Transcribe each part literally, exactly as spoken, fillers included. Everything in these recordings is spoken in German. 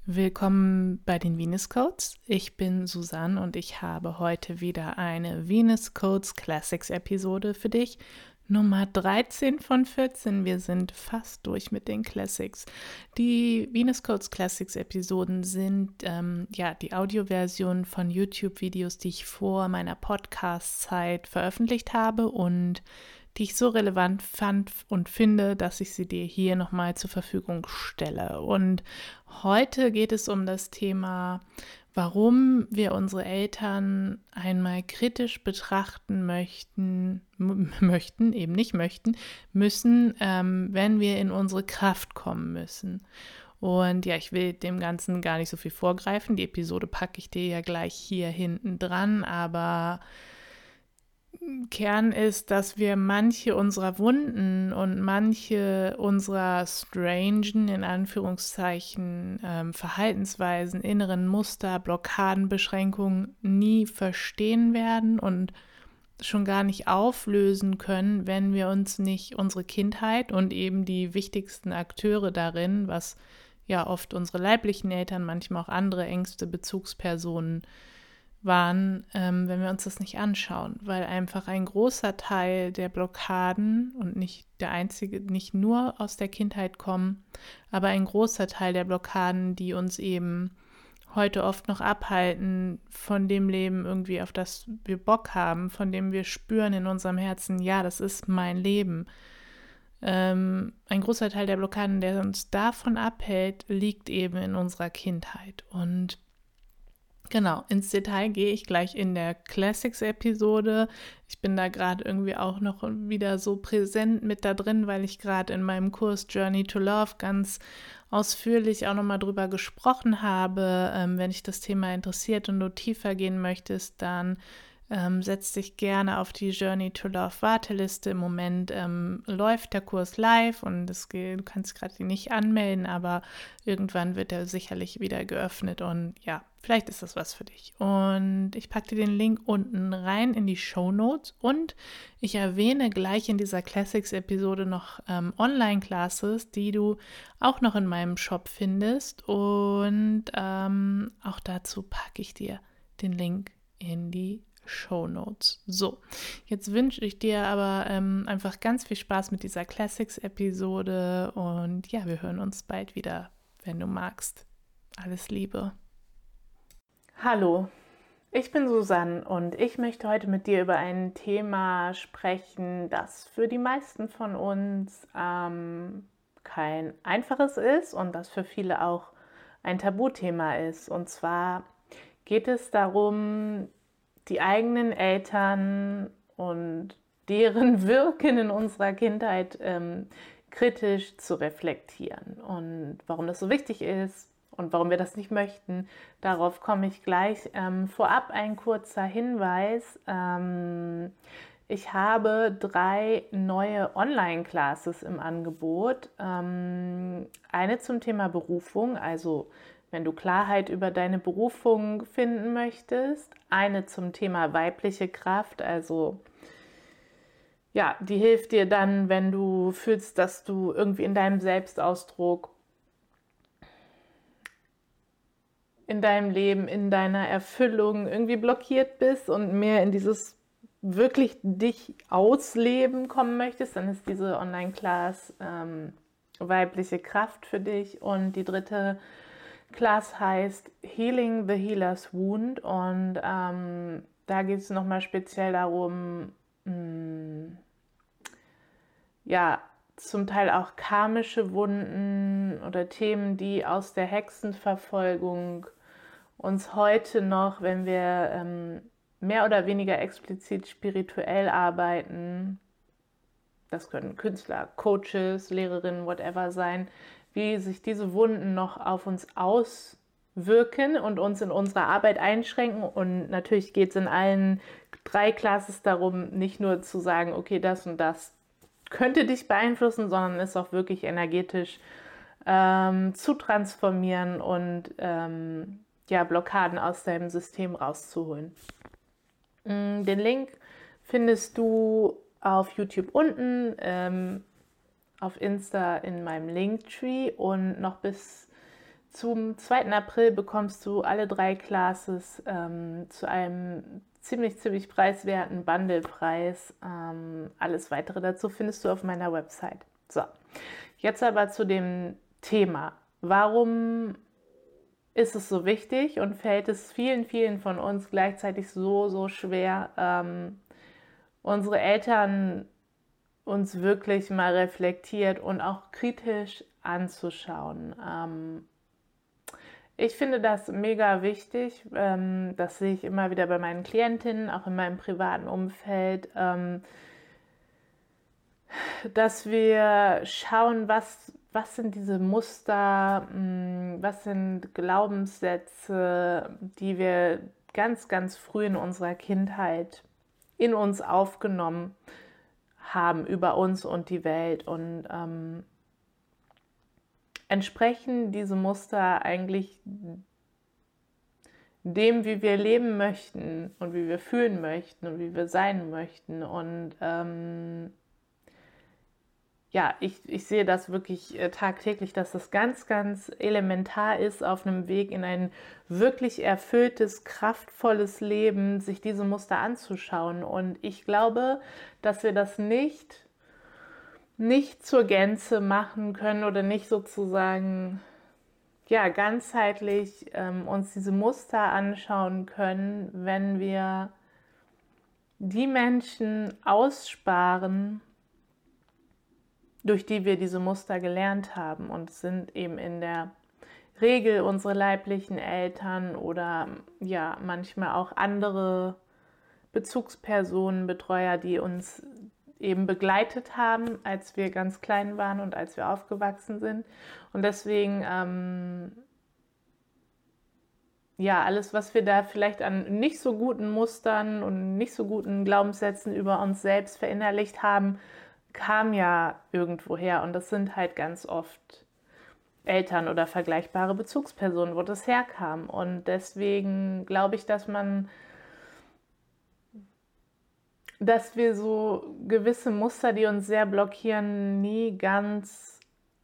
Willkommen bei den Venus Codes. Ich bin Susanne und ich habe heute wieder eine Venus Codes Classics Episode für dich. Nummer dreizehn von vierzehn. Wir sind fast durch mit den Classics. Die Venus Codes Classics Episoden sind ähm, ja die Audioversion von YouTube-Videos, die ich vor meiner Podcast-Zeit veröffentlicht habe und die ich so relevant fand und finde, dass ich sie dir hier nochmal zur Verfügung stelle. Und heute geht es um das Thema, warum wir unsere Eltern einmal kritisch betrachten möchten, m- möchten, eben nicht möchten, müssen, ähm, wenn wir in unsere Kraft kommen müssen. Und ja, ich will dem Ganzen gar nicht so viel vorgreifen. Die Episode packe ich dir ja gleich hier hinten dran, aber Kern ist, dass wir manche unserer Wunden und manche unserer strangen, in Anführungszeichen, ähm, Verhaltensweisen, inneren Muster, Blockaden, Beschränkungen nie verstehen werden und schon gar nicht auflösen können, wenn wir uns nicht unsere Kindheit und eben die wichtigsten Akteure darin, was ja oft unsere leiblichen Eltern, manchmal auch andere engste Bezugspersonen waren, ähm, wenn wir uns das nicht anschauen, weil einfach ein großer Teil der Blockaden und nicht der einzige, nicht nur aus der Kindheit kommen, aber ein großer Teil der Blockaden, die uns eben heute oft noch abhalten von dem Leben irgendwie, auf das wir Bock haben, von dem wir spüren in unserem Herzen, ja, das ist mein Leben. Ähm, ein großer Teil der Blockaden, der uns davon abhält, liegt eben in unserer Kindheit. Und genau, ins Detail gehe ich gleich in der Classics-Episode. Ich bin da gerade irgendwie auch noch wieder so präsent mit da drin, weil ich gerade in meinem Kurs Journey to Love ganz ausführlich auch nochmal drüber gesprochen habe. Ähm, wenn dich das Thema interessiert und du tiefer gehen möchtest, dann ähm, setz dich gerne auf die Journey to Love Warteliste. Im Moment ähm, läuft der Kurs live und es geht, du kannst gerade nicht anmelden, aber irgendwann wird er sicherlich wieder geöffnet und ja, vielleicht ist das was für dich. Und ich packe dir den Link unten rein in die Shownotes und ich erwähne gleich in dieser Classics-Episode noch ähm, Online-Classes, die du auch noch in meinem Shop findest und ähm, auch dazu packe ich dir den Link in die Shownotes. So, jetzt wünsche ich dir aber ähm, einfach ganz viel Spaß mit dieser Classics-Episode und ja, wir hören uns bald wieder, wenn du magst. Alles Liebe. Hallo, ich bin Susanne und ich möchte heute mit dir über ein Thema sprechen, das für die meisten von uns ähm, kein einfaches ist und das für viele auch ein Tabuthema ist. Und zwar geht es darum, die eigenen Eltern und deren Wirken in unserer Kindheit ähm, kritisch zu reflektieren. Und warum das so wichtig ist und warum wir das nicht möchten, darauf komme ich gleich. Ähm, vorab ein kurzer Hinweis. Ähm, ich habe drei neue Online-Classes im Angebot. Ähm, eine zum Thema Berufung, also wenn du Klarheit über deine Berufung finden möchtest. Eine zum Thema weibliche Kraft, also ja, die hilft dir dann, wenn du fühlst, dass du irgendwie in deinem Selbstausdruck, in deinem Leben, in deiner Erfüllung irgendwie blockiert bist und mehr in dieses wirklich dich ausleben kommen möchtest, dann ist diese Online-Class ähm, weibliche Kraft für dich. Und die dritte Class heißt Healing the Healer's Wound und ähm, da geht es nochmal speziell darum, mh, ja, zum Teil auch karmische Wunden oder Themen, die aus der Hexenverfolgung uns heute noch, wenn wir ähm, mehr oder weniger explizit spirituell arbeiten, das können Künstler, Coaches, Lehrerinnen, whatever sein, wie sich diese Wunden noch auf uns auswirken und uns in unserer Arbeit einschränken. Und natürlich geht es in allen drei Classes darum, nicht nur zu sagen, okay, das und das könnte dich beeinflussen, sondern es auch wirklich energetisch ähm, zu transformieren und ähm, ja, Blockaden aus deinem System rauszuholen. Den Link findest du auf YouTube unten, ähm, auf Insta in meinem Linktree und noch bis zum zweiten April bekommst du alle drei Classes ähm, zu einem ziemlich, ziemlich preiswerten Bundlepreis. Ähm, alles weitere dazu findest du auf meiner Website. So, jetzt aber zu dem Thema. Warum ist es so wichtig und fällt es vielen, vielen von uns gleichzeitig so, so schwer, ähm, unsere Eltern uns wirklich mal reflektiert und auch kritisch anzuschauen? Ähm, ich finde das mega wichtig. Ähm, das sehe ich immer wieder bei meinen Klientinnen, auch in meinem privaten Umfeld, ähm, dass wir schauen, was, was sind diese Muster, mh, was sind Glaubenssätze, die wir ganz, ganz früh in unserer Kindheit in uns aufgenommen haben über uns und die Welt. Und ähm, entsprechen diese Muster eigentlich dem, wie wir leben möchten und wie wir fühlen möchten und wie wir sein möchten. Und ähm, ja, ich, ich sehe das wirklich äh, tagtäglich, dass das ganz, ganz elementar ist, auf einem Weg in ein wirklich erfülltes, kraftvolles Leben, sich diese Muster anzuschauen. Und ich glaube, dass wir das nicht, nicht zur Gänze machen können oder nicht sozusagen ja, ganzheitlich ähm, uns diese Muster anschauen können, wenn wir die Menschen aussparen, durch die wir diese Muster gelernt haben. Und es sind eben in der Regel unsere leiblichen Eltern oder ja, manchmal auch andere Bezugspersonen, Betreuer, die uns eben begleitet haben, als wir ganz klein waren und als wir aufgewachsen sind. Und deswegen, ähm, ja, alles, was wir da vielleicht an nicht so guten Mustern und nicht so guten Glaubenssätzen über uns selbst verinnerlicht haben, kam ja irgendwo her. Und das sind halt ganz oft Eltern oder vergleichbare Bezugspersonen, wo das herkam. Und deswegen glaube ich, dass man dass wir so gewisse Muster, die uns sehr blockieren, nie ganz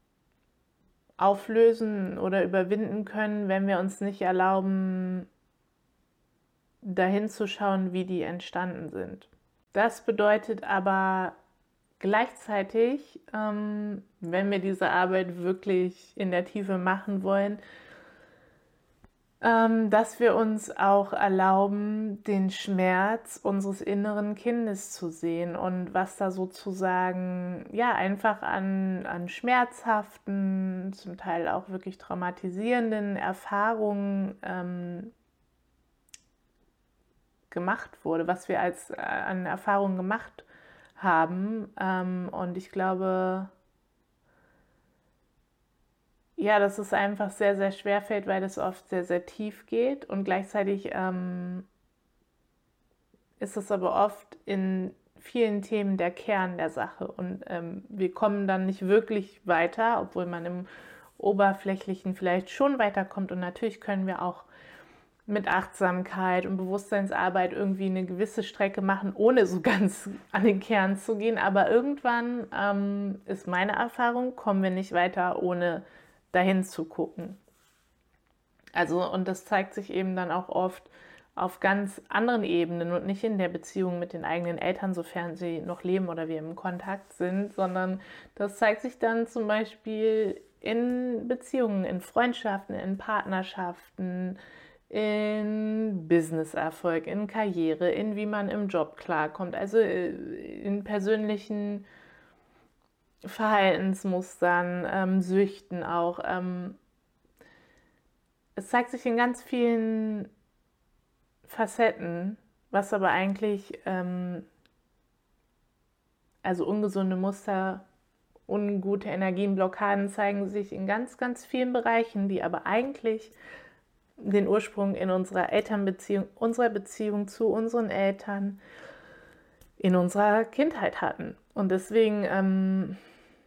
auflösen oder überwinden können, wenn wir uns nicht erlauben, dahin zu schauen, wie die entstanden sind. Das bedeutet aber gleichzeitig, ähm, wenn wir diese Arbeit wirklich in der Tiefe machen wollen, Ähm, dass wir uns auch erlauben, den Schmerz unseres inneren Kindes zu sehen und was da sozusagen, ja, einfach an, an schmerzhaften, zum Teil auch wirklich traumatisierenden Erfahrungen ähm, gemacht wurde, was wir als äh, an Erfahrungen gemacht haben. Ähm, und ich glaube, ja, dass es einfach sehr, sehr schwer fällt, weil es oft sehr, sehr tief geht und gleichzeitig ähm, ist es aber oft in vielen Themen der Kern der Sache und ähm, wir kommen dann nicht wirklich weiter, obwohl man im Oberflächlichen vielleicht schon weiterkommt und natürlich können wir auch mit Achtsamkeit und Bewusstseinsarbeit irgendwie eine gewisse Strecke machen, ohne so ganz an den Kern zu gehen, aber irgendwann ähm, ist meine Erfahrung, kommen wir nicht weiter, ohne dahin zu gucken. Also, und das zeigt sich eben dann auch oft auf ganz anderen Ebenen und nicht in der Beziehung mit den eigenen Eltern, sofern sie noch leben oder wir im Kontakt sind, sondern das zeigt sich dann zum Beispiel in Beziehungen, in Freundschaften, in Partnerschaften, in Businesserfolg, in Karriere, in wie man im Job klarkommt, also in persönlichen Verhaltensmustern, ähm, Süchten auch. Ähm, es zeigt sich in ganz vielen Facetten, was aber eigentlich, ähm, also ungesunde Muster, ungute Energien, Blockaden zeigen sich in ganz, ganz vielen Bereichen, die aber eigentlich den Ursprung in unserer Elternbeziehung, unserer Beziehung zu unseren Eltern in unserer Kindheit hatten. Und deswegen ähm,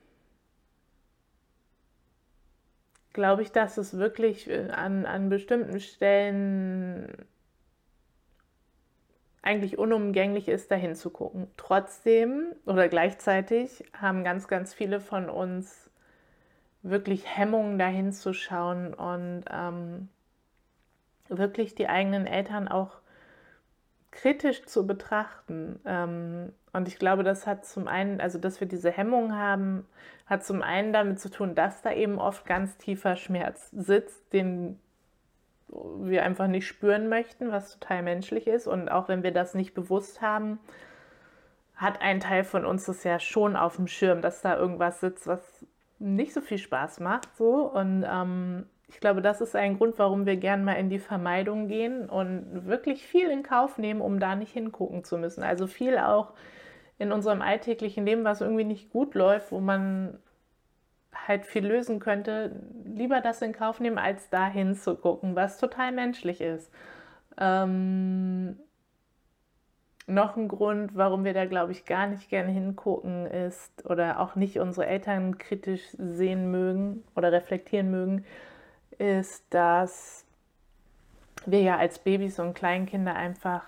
glaube ich, dass es wirklich an, an bestimmten Stellen eigentlich unumgänglich ist, dahin zu gucken. Trotzdem oder gleichzeitig haben ganz, ganz viele von uns wirklich Hemmungen dahin zu schauen und ähm, wirklich die eigenen Eltern auch kritisch zu betrachten. Ähm, und ich glaube, das hat zum einen, also dass wir diese Hemmungen haben, hat zum einen damit zu tun, dass da eben oft ganz tiefer Schmerz sitzt, den wir einfach nicht spüren möchten, was total menschlich ist. Und auch wenn wir das nicht bewusst haben, hat ein Teil von uns das ja schon auf dem Schirm, dass da irgendwas sitzt, was nicht so viel Spaß macht. So. Und ähm, ich glaube, das ist ein Grund, warum wir gern mal in die Vermeidung gehen und wirklich viel in Kauf nehmen, um da nicht hingucken zu müssen. Also viel auch in unserem alltäglichen Leben, was irgendwie nicht gut läuft, wo man halt viel lösen könnte, lieber das in Kauf nehmen, als da hinzugucken, was total menschlich ist. Ähm, noch ein Grund, warum wir da, glaube ich, gar nicht gerne hingucken, ist oder auch nicht unsere Eltern kritisch sehen mögen oder reflektieren mögen, ist, dass wir ja als Babys und Kleinkinder einfach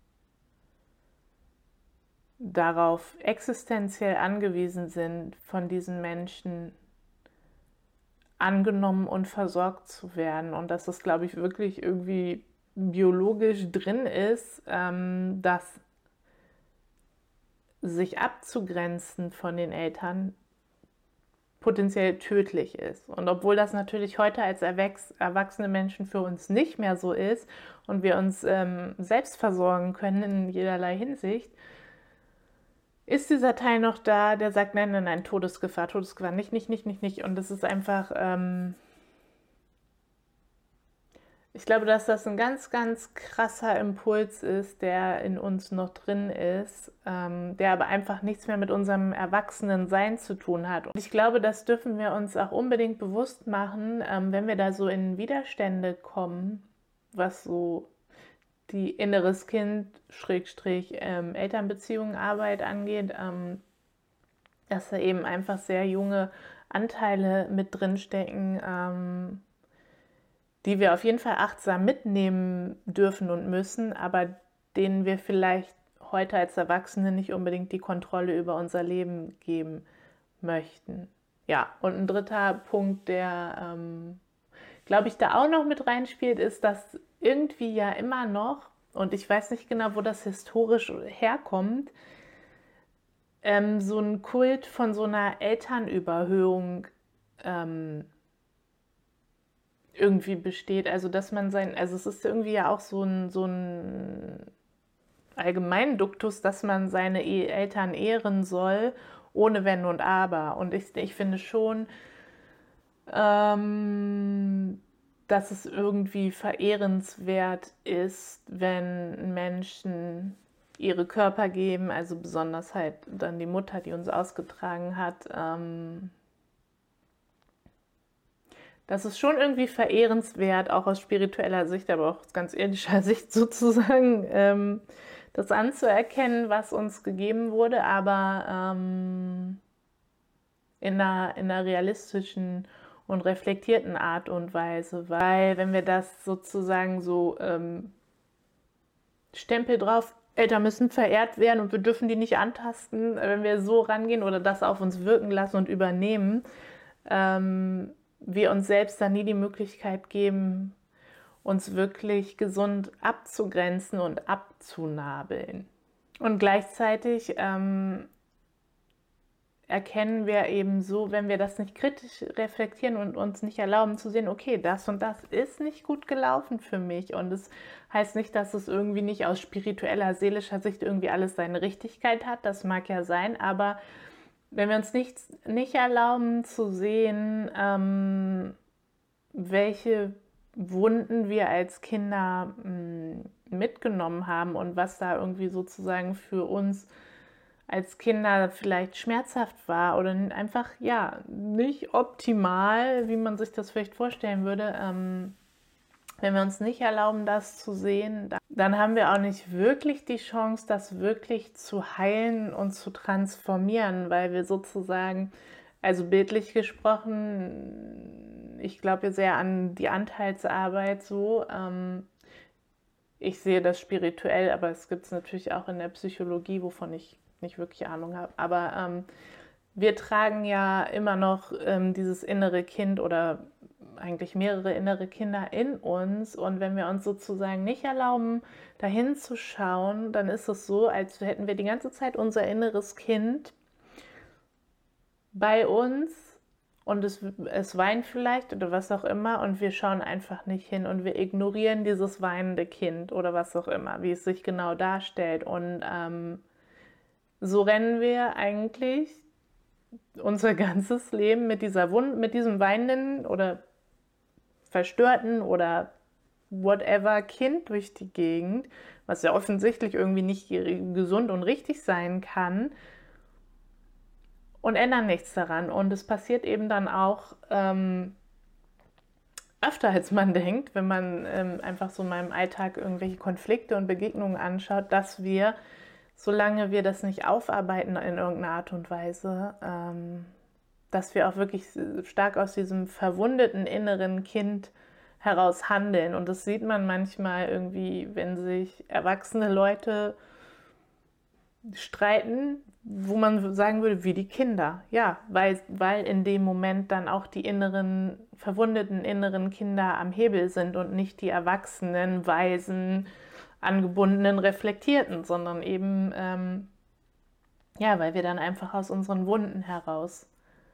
darauf existenziell angewiesen sind, von diesen Menschen angenommen und versorgt zu werden. Und dass das, glaube ich, wirklich irgendwie biologisch drin ist, ähm, dass sich abzugrenzen von den Eltern potenziell tödlich ist. Und obwohl das natürlich heute als erwachsene Menschen für uns nicht mehr so ist und wir uns ähm, selbst versorgen können in jederlei Hinsicht, ist dieser Teil noch da, der sagt, nein, nein, nein, Todesgefahr, Todesgefahr, nicht, nicht, nicht, nicht, nicht. Und das ist einfach, ähm, ich glaube, dass das ein ganz, ganz krasser Impuls ist, der in uns noch drin ist, ähm, der aber einfach nichts mehr mit unserem Erwachsenensein zu tun hat. Und ich glaube, das dürfen wir uns auch unbedingt bewusst machen, ähm, wenn wir da so in Widerstände kommen, was so die inneres Kind, Schrägstrich, ähm, Elternbeziehungen, Arbeit angeht, ähm, dass da eben einfach sehr junge Anteile mit drinstecken, ähm, die wir auf jeden Fall achtsam mitnehmen dürfen und müssen, aber denen wir vielleicht heute als Erwachsene nicht unbedingt die Kontrolle über unser Leben geben möchten. Ja, und ein dritter Punkt, der, ähm, glaube ich, da auch noch mit reinspielt, ist, dass irgendwie ja immer noch, und ich weiß nicht genau, wo das historisch herkommt, ähm, so ein Kult von so einer Elternüberhöhung ähm, irgendwie besteht. Also, dass man sein, also es ist irgendwie ja auch so ein, so ein Allgemeinduktus, dass man seine e Eltern ehren soll, ohne Wenn und Aber. Und ich, ich finde schon, ähm, dass es irgendwie verehrenswert ist, wenn Menschen ihre Körper geben, also besonders halt dann die Mutter, die uns ausgetragen hat, ähm, das ist schon irgendwie verehrenswert, auch aus spiritueller Sicht, aber auch aus ganz irdischer Sicht sozusagen, ähm, das anzuerkennen, was uns gegeben wurde, aber ähm, in, einer, in einer realistischen und reflektierten Art und Weise, weil wenn wir das sozusagen so ähm, Stempel drauf, Eltern müssen verehrt werden und wir dürfen die nicht antasten, wenn wir so rangehen oder das auf uns wirken lassen und übernehmen, ähm, wir uns selbst dann nie die Möglichkeit geben, uns wirklich gesund abzugrenzen und abzunabeln. Und gleichzeitig ähm, erkennen wir eben so, wenn wir das nicht kritisch reflektieren und uns nicht erlauben zu sehen, okay, das und das ist nicht gut gelaufen für mich. Und es heißt nicht, dass es irgendwie nicht aus spiritueller, seelischer Sicht irgendwie alles seine Richtigkeit hat. Das mag ja sein, aber wenn wir uns nicht, nicht erlauben zu sehen, ähm, welche Wunden wir als Kinder mh, mitgenommen haben und was da irgendwie sozusagen für uns als Kinder vielleicht schmerzhaft war oder einfach, ja, nicht optimal, wie man sich das vielleicht vorstellen würde, ähm, wenn wir uns nicht erlauben, das zu sehen, dann haben wir auch nicht wirklich die Chance, das wirklich zu heilen und zu transformieren, weil wir sozusagen, also bildlich gesprochen, ich glaube sehr an die Anteilsarbeit so. Ähm, ich sehe das spirituell, aber es gibt es natürlich auch in der Psychologie, wovon ich nicht wirklich Ahnung habe. Aber ähm, wir tragen ja immer noch ähm, dieses innere Kind oder eigentlich mehrere innere Kinder in uns. Und wenn wir uns sozusagen nicht erlauben, dahin zu schauen, dann ist es so, als hätten wir die ganze Zeit unser inneres Kind bei uns und es, es weint vielleicht oder was auch immer und wir schauen einfach nicht hin und wir ignorieren dieses weinende Kind oder was auch immer, wie es sich genau darstellt. Und ähm, so rennen wir eigentlich unser ganzes Leben mit dieser Wund, mit diesem weinenden oder verstörten oder whatever Kind durch die Gegend, was ja offensichtlich irgendwie nicht gesund und richtig sein kann, und ändern nichts daran. Und es passiert eben dann auch ähm, öfter, als man denkt, wenn man ähm, einfach so in meinem Alltag irgendwelche Konflikte und Begegnungen anschaut, dass wir, solange wir das nicht aufarbeiten in irgendeiner Art und Weise, ähm, dass wir auch wirklich stark aus diesem verwundeten inneren Kind heraus handeln. Und das sieht man manchmal irgendwie, wenn sich erwachsene Leute streiten, wo man sagen würde, wie die Kinder. Ja, weil, weil in dem Moment dann auch die inneren, verwundeten inneren Kinder am Hebel sind und nicht die erwachsenen, weisen, angebundenen, reflektierten, sondern eben, ähm, ja, weil wir dann einfach aus unseren Wunden heraus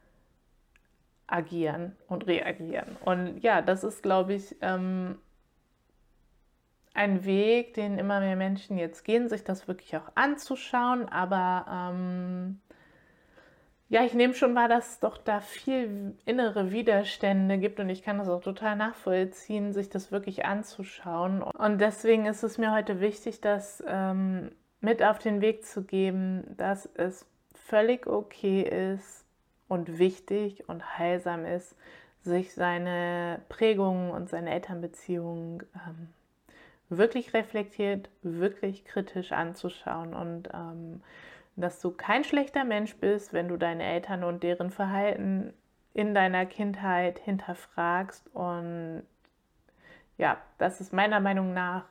agieren und reagieren. Und ja, das ist, glaube ich, ähm, ein Weg, den immer mehr Menschen jetzt gehen, sich das wirklich auch anzuschauen. Aber ähm, ja, ich nehme schon wahr, dass es doch da viel innere Widerstände gibt und ich kann das auch total nachvollziehen, sich das wirklich anzuschauen. Und deswegen ist es mir heute wichtig, das ähm, mit auf den Weg zu geben, dass es völlig okay ist und wichtig und heilsam ist, sich seine Prägungen und seine Elternbeziehungen ähm, wirklich reflektiert, wirklich kritisch anzuschauen und ähm, dass du kein schlechter Mensch bist, wenn du deine Eltern und deren Verhalten in deiner Kindheit hinterfragst. Und ja, dass es meiner Meinung nach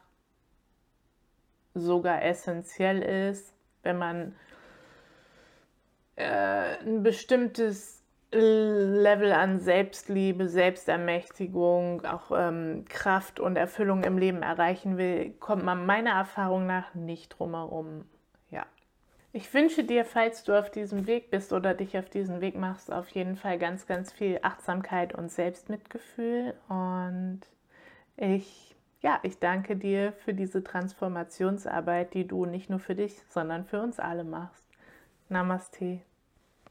sogar essentiell ist, wenn man äh, ein bestimmtes Level an Selbstliebe, Selbstermächtigung, auch ähm, Kraft und Erfüllung im Leben erreichen will, kommt man meiner Erfahrung nach nicht drumherum. Ja. Ich wünsche dir, falls du auf diesem Weg bist oder dich auf diesen Weg machst, auf jeden Fall ganz, ganz viel Achtsamkeit und Selbstmitgefühl. Und ich, ja, ich danke dir für diese Transformationsarbeit, die du nicht nur für dich, sondern für uns alle machst. Namaste.